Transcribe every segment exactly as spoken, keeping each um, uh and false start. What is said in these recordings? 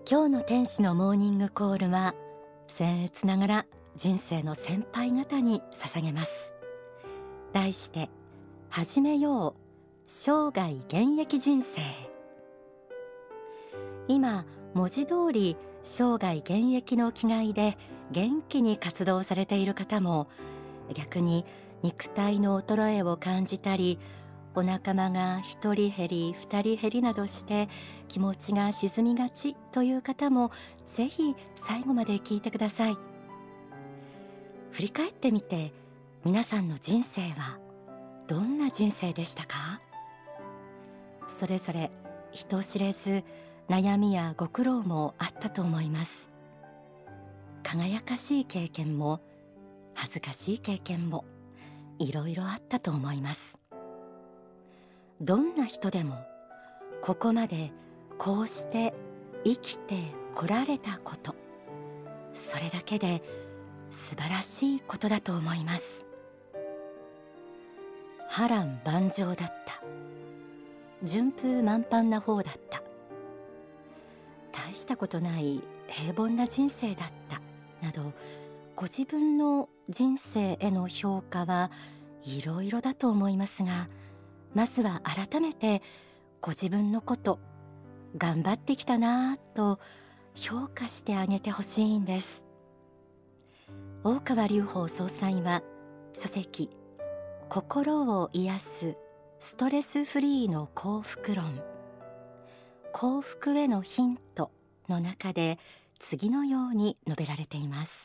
今日の天使のモーニングコールは僭越ながら人生の先輩方に捧げます。題して始めよう生涯現役人生。今文字通り生涯現役の気概で元気に活動されている方も、逆に肉体の衰えを感じたり、お仲間が一人減り二人減りなどして気持ちが沈みがちという方も、ぜひ最後まで聞いてください。振り返ってみて、皆さんの人生はどんな人生でしたか？それぞれ人知れず悩みやご苦労もあったと思います。輝かしい経験も恥ずかしい経験もいろいろあったと思います。どんな人でもここまでこうして生きてこられたこと、それだけで素晴らしいことだと思います。波乱万丈だった、順風満帆な方だった、大したことない平凡な人生だったなど、ご自分の人生への評価はいろいろだと思いますが、まずは改めてご自分のこと、頑張ってきたなぁと評価してあげてほしいんです。大川隆法総裁は書籍心を癒すストレスフリーの幸福論、幸福へのヒントの中で次のように述べられています。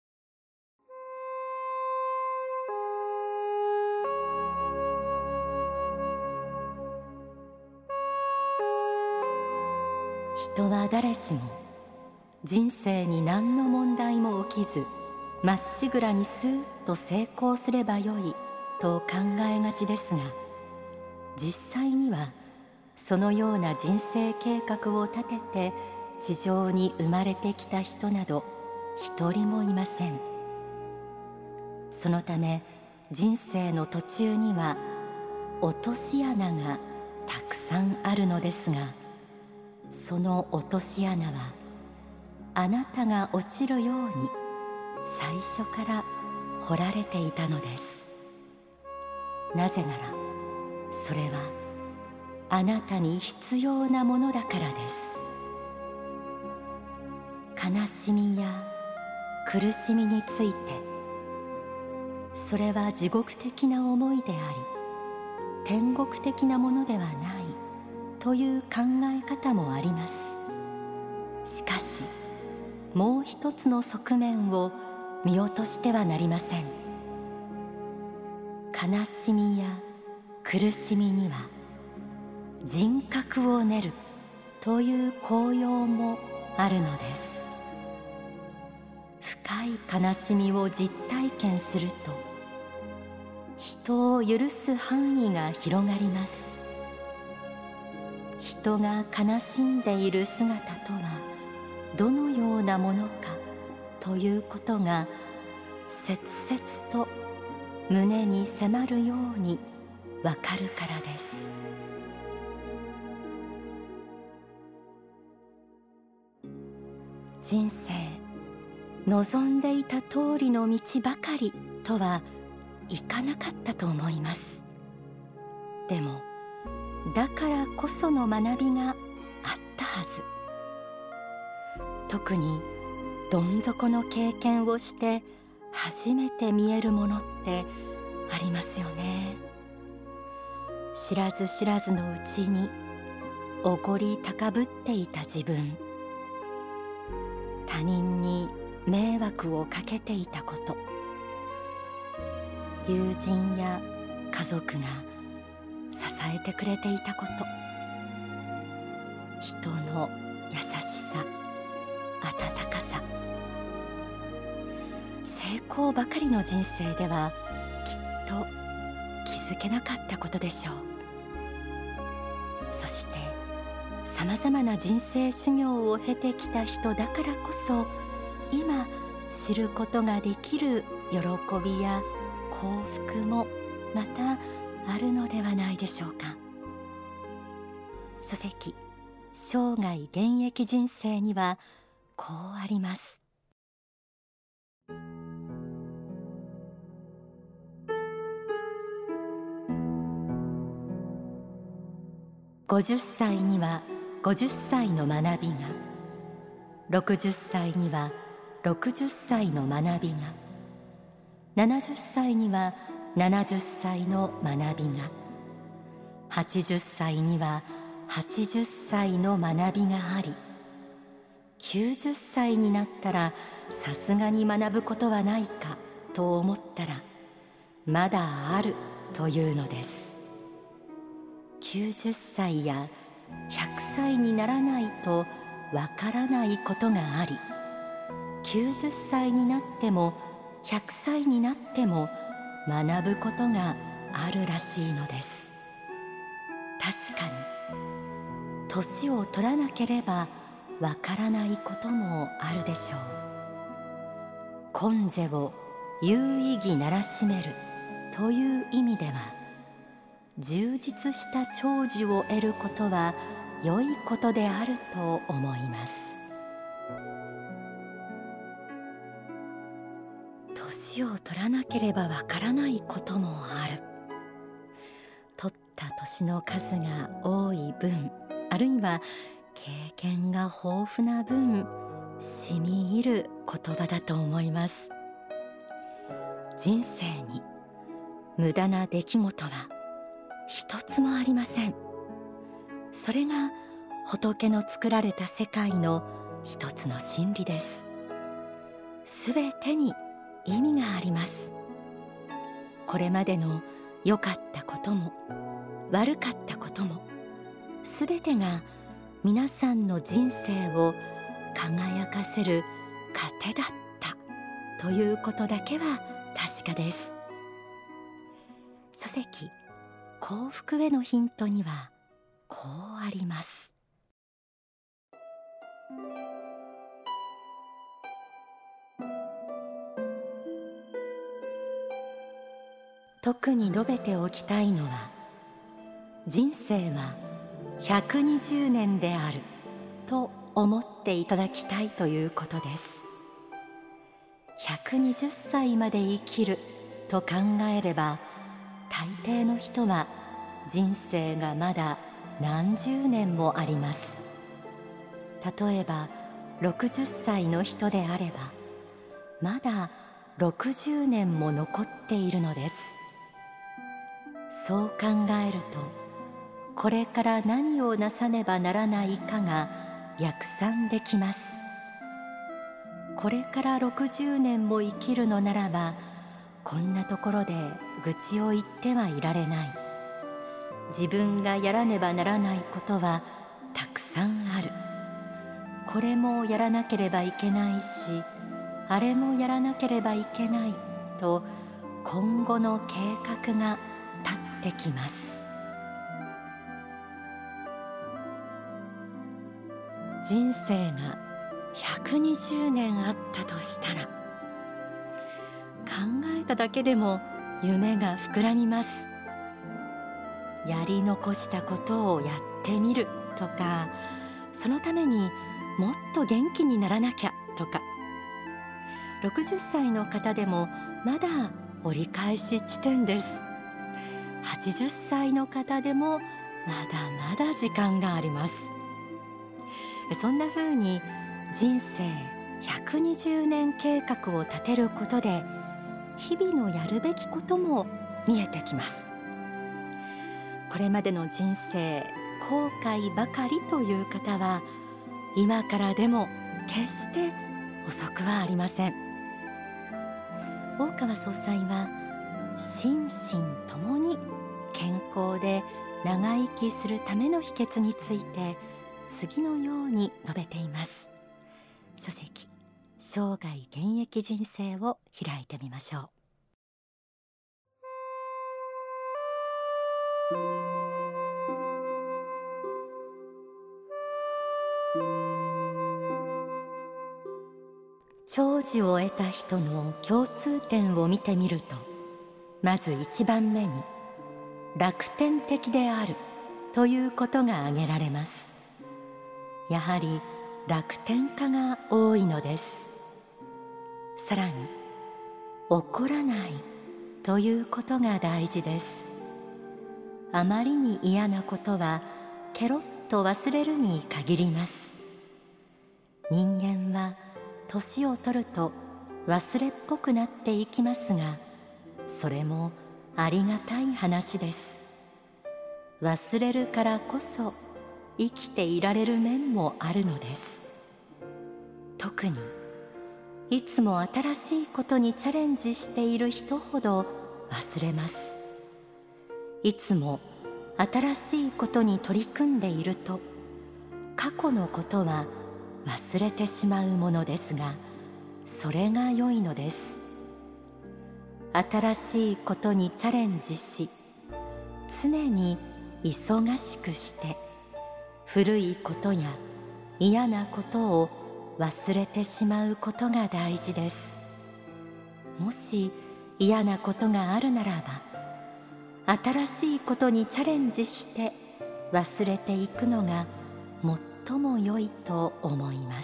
人は誰しも人生に何の問題も起きず、まっしぐらにスーッと成功すればよいと考えがちですが、実際にはそのような人生計画を立てて地上に生まれてきた人など一人もいません。そのため人生の途中には落とし穴がたくさんあるのですが、その落とし穴はあなたが落ちるように最初から掘られていたのです。なぜならそれはあなたに必要なものだからです。悲しみや苦しみについて、それは地獄的な思いであり天国的なものではないという考え方もあります。しかしもう一つの側面を見落としてはなりません。悲しみや苦しみには人格を練るという効用もあるのです。深い悲しみを実体験すると、人を許す範囲が広がります。人が悲しんでいる姿とはどのようなものかということが切々と胸に迫るようにわかるからです。人生望んでいた通りの道ばかりとはいかなかったと思います。でもだからこその学びがあったはず。特にどん底の経験をして初めて見えるものってありますよね。知らず知らずのうちにおごり高ぶっていた自分、他人に迷惑をかけていたこと、友人や家族が支えてくれていたこと、人の優しさ、温かさ、成功ばかりの人生ではきっと気づけなかったことでしょう。そしてさまざまな人生修行を経てきた人だからこそ、今知ることができる喜びや幸福もまたあるのではないでしょうか。書籍生涯現役人生にはこうあります。ごじゅっさいにはごじゅっさいの学びが、ろくじゅっさいにはろくじゅっさいの学びが、ななじゅっさいにはななじゅっさいの学びが、はちじゅっさいにははちじゅっさいの学びがあり、きゅうじゅっさいになったらさすがに学ぶことはないかと思ったら、まだあるというのです。きゅうじゅっさいやひゃくさいにならないとわからないことがあり、きゅうじゅっさいになってもひゃくさいになっても学ぶことがあるらしいのです。確かに年を取らなければわからないこともあるでしょう。今世を有意義ならしめるという意味では、充実した長寿を得ることは良いことであると思います。年を取らなければわからないこともある。取った年の数が多い分、あるいは経験が豊富な分、染み入る言葉だと思います。人生に無駄な出来事は一つもありません。それが仏の作られた世界の一つの真理です。すべてに意味があります。これまでの良かったことも悪かったことも、すべてが皆さんの人生を輝かせる糧だったということだけは確かです。書籍幸福へのヒントにはこうあります。特に述べておきたいのは、人生はひゃくにじゅうねんであると思っていただきたいということです。ひゃくにじゅっさいまで生きると考えれば、大抵の人は人生がまだ何十年もあります。例えばろくじゅっさいの人であれば、まだろくじゅうねんも残っているのです。そう考えると、これから何をなさねばならないかが逆算できます。これからろくじゅうねんも生きるのならば、こんなところで愚痴を言ってはいられない。自分がやらねばならないことはたくさんある。これもやらなければいけないし、あれもやらなければいけないと、今後の計画が立ってきます。人生がひゃくにじゅうねんあったとしたら、考えただけでも夢が膨らみます。やり残したことをやってみるとか、そのためにもっと元気にならなきゃとか、ろくじゅっさいの方でもまだ折り返し地点です。はちじゅっさいの方でもまだまだ時間があります。そんな風に人生ひゃくにじゅうねん計画を立てることで、日々のやるべきことも見えてきます。これまでの人生後悔ばかりという方は、今からでも決して遅くはありません。大川総裁は、心身ともに健康で長生きするための秘訣について次のように述べています。書籍生涯現役人生を開いてみましょう。長寿を得た人の共通点を見てみると、まず一番目に楽天的であるということが挙げられます。 やはり楽天家が多いのです。さらに怒らないということが大事です。あまりに嫌なことはケロッと忘れるに限ります。人間は年を取ると忘れっぽくなっていきますが、それもありがたい話です。忘れるからこそ生きていられる面もあるのです。特にいつも新しいことにチャレンジしている人ほど忘れます。いつも新しいことに取り組んでいると、過去のことは忘れてしまうものですが、それが良いのです。新しいことにチャレンジし、常に忙しくして古いことや嫌なことを忘れてしまうことが大事です。もし嫌なことがあるならば、新しいことにチャレンジして忘れていくのが最も良いと思います。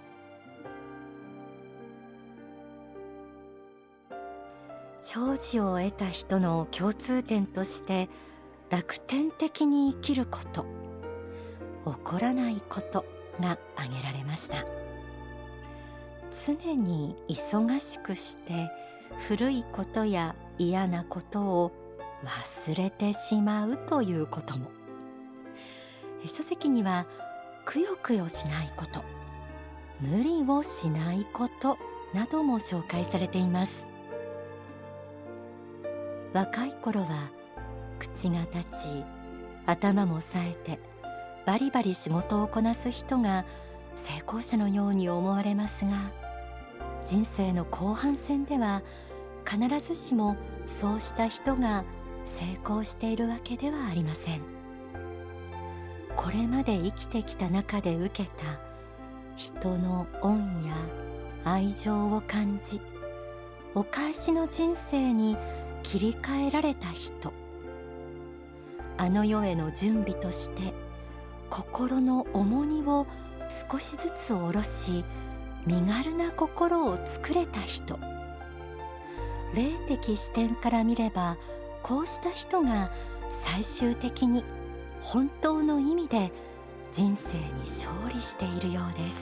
長寿を得た人の共通点として楽天的に生きること、怒らないことが挙げられました。常に忙しくして古いことや嫌なことを忘れてしまうということも、書籍にはくよくよしないこと、無理をしないことなども紹介されています。若い頃は口が立ち頭も冴えてバリバリ仕事をこなす人が成功者のように思われますが、人生の後半戦では必ずしもそうした人が成功しているわけではありません。これまで生きてきた中で受けた人の恩や愛情を感じ、お返しの人生に切り替えられた人、あの世への準備として心の重荷を少しずつ下ろし、身軽な心を作れた人、霊的視点から見ればこうした人が最終的に本当の意味で人生に勝利しているようです。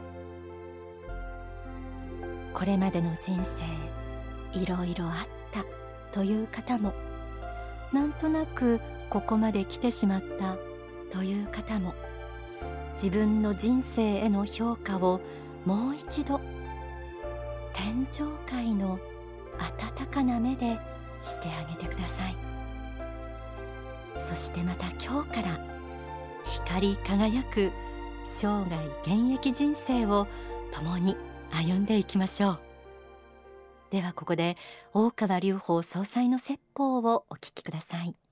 これまでの人生いろいろあったという方も、なんとなくここまで来てしまったという方も、自分の人生への評価をもう一度天上界の温かな目でしてあげてください。そしてまた今日から光り輝く生涯現役人生を共に歩んでいきましょう。ではここで大川隆法総裁の説法をお聞きください。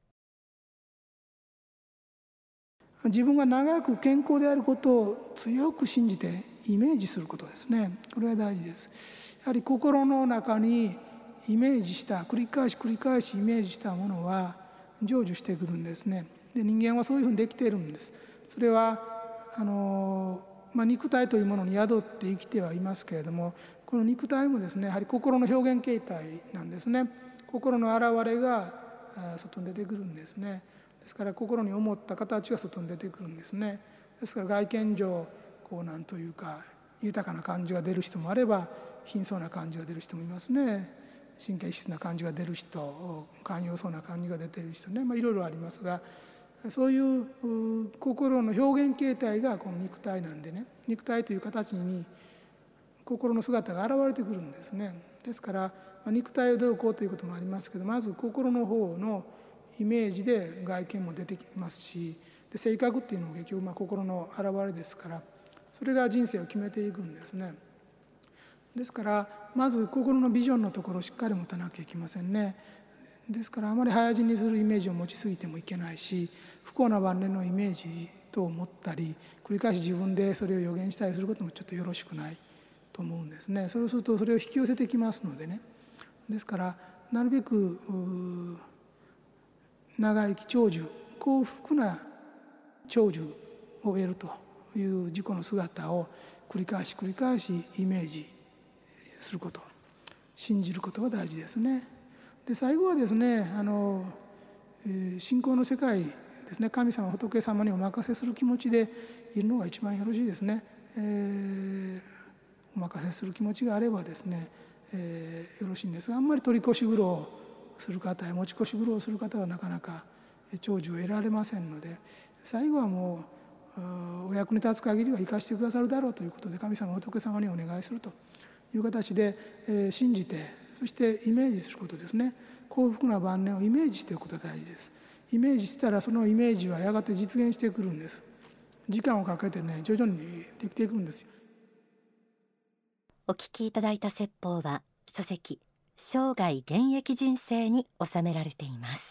自分が長く健康であることを強く信じてイメージすることですね。これは大事です。やはり心の中にイメージした、繰り返し繰り返しイメージしたものは成就してくるんですね。で、人間はそういうふうにできているんです。それはあの、まあ、肉体というものに宿って生きてはいますけれども、この肉体もですね、やはり心の表現形態なんですね。心の現れが外に出てくるんですね。ですから心に思った形が外に出てくるんですね。ですから外見上こうなんというか豊かな感じが出る人もあれば、貧相な感じが出る人もいますね。神経質な感じが出る人、寛容そうな感じが出ている人ね、まあ、いろいろありますが、そういう心の表現形態がこの肉体なんでね、肉体という形に心の姿が現れてくるんですね。ですから肉体をどうこうということもありますけど、まず心の方のイメージで外見も出てきますし、で性格っていうのも結局まあ心の現れですから、それが人生を決めていくんですね。ですからまず心のビジョンのところをしっかり持たなきゃいけませんね。ですからあまり早死にするイメージを持ちすぎてもいけないし、不幸な晩年のイメージと思ったり繰り返し自分でそれを予言したりすることもちょっとよろしくないと思うんですね。そうするとそれを引き寄せてきますのでね。ですからなるべく長生き長寿、幸福な長寿を得るという自己の姿を繰り返し繰り返しイメージすること、信じることが大事ですね。で最後はですね、あの、えー、信仰の世界ですね、神様仏様にお任せする気持ちでいるのが一番よろしいですね。えー、お任せする気持ちがあればですね、えー、よろしいんですが、あんまり取り越し苦労をする方や持ち越し苦労をする方はなかなか長寿を得られませんので、最後はもうお役に立つ限りは生かしてくださるだろうということで、神様仏様にお願いするという形で、えー、信じて、そしてイメージすることですね。幸福な晩年をイメージしていくことが大事です。イメージしたらそのイメージはやがて実現してくるんです。時間をかけてね、徐々にできていくんですよ。 お聞きいただいた説法は書籍生涯現役人生に収められています。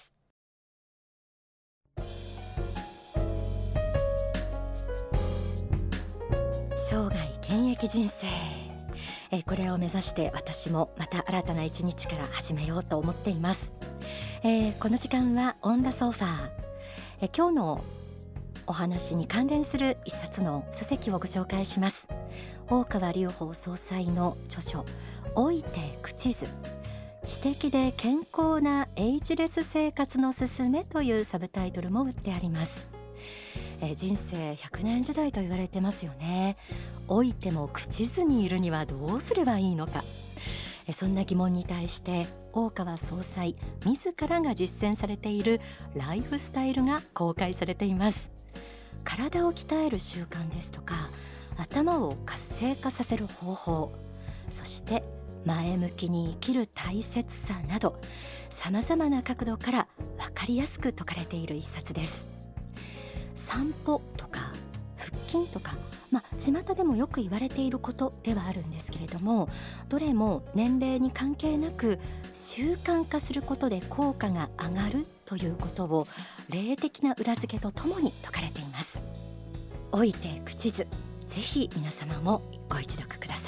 生涯現役人生、えこれを目指して私もまた新たな一日から始めようと思っています。えー、この時間はオンダソファー、え今日のお話に関連する一冊の書籍をご紹介します。大川隆法総裁の著書老いて口図、知的で健康なエイジレス生活のすすめというサブタイトルも売ってあります。え人生ひゃくねん時代と言われてますよね。老いても口図にいるにはどうすればいいのか、えそんな疑問に対して大川総裁自らが実践されているライフスタイルが公開されています。体を鍛える習慣ですとか、頭を活性化させる方法、そして前向きに生きる大切さなど、さまざまな角度から分かりやすく説かれている一冊です。散歩とか腹筋とか、まあ、巷でもよく言われていることではあるんですけれども、どれも年齢に関係なく習慣化することで効果が上がるということを霊的な裏付けとともに説かれています。老いて口図、ぜひ皆様もご一読ください。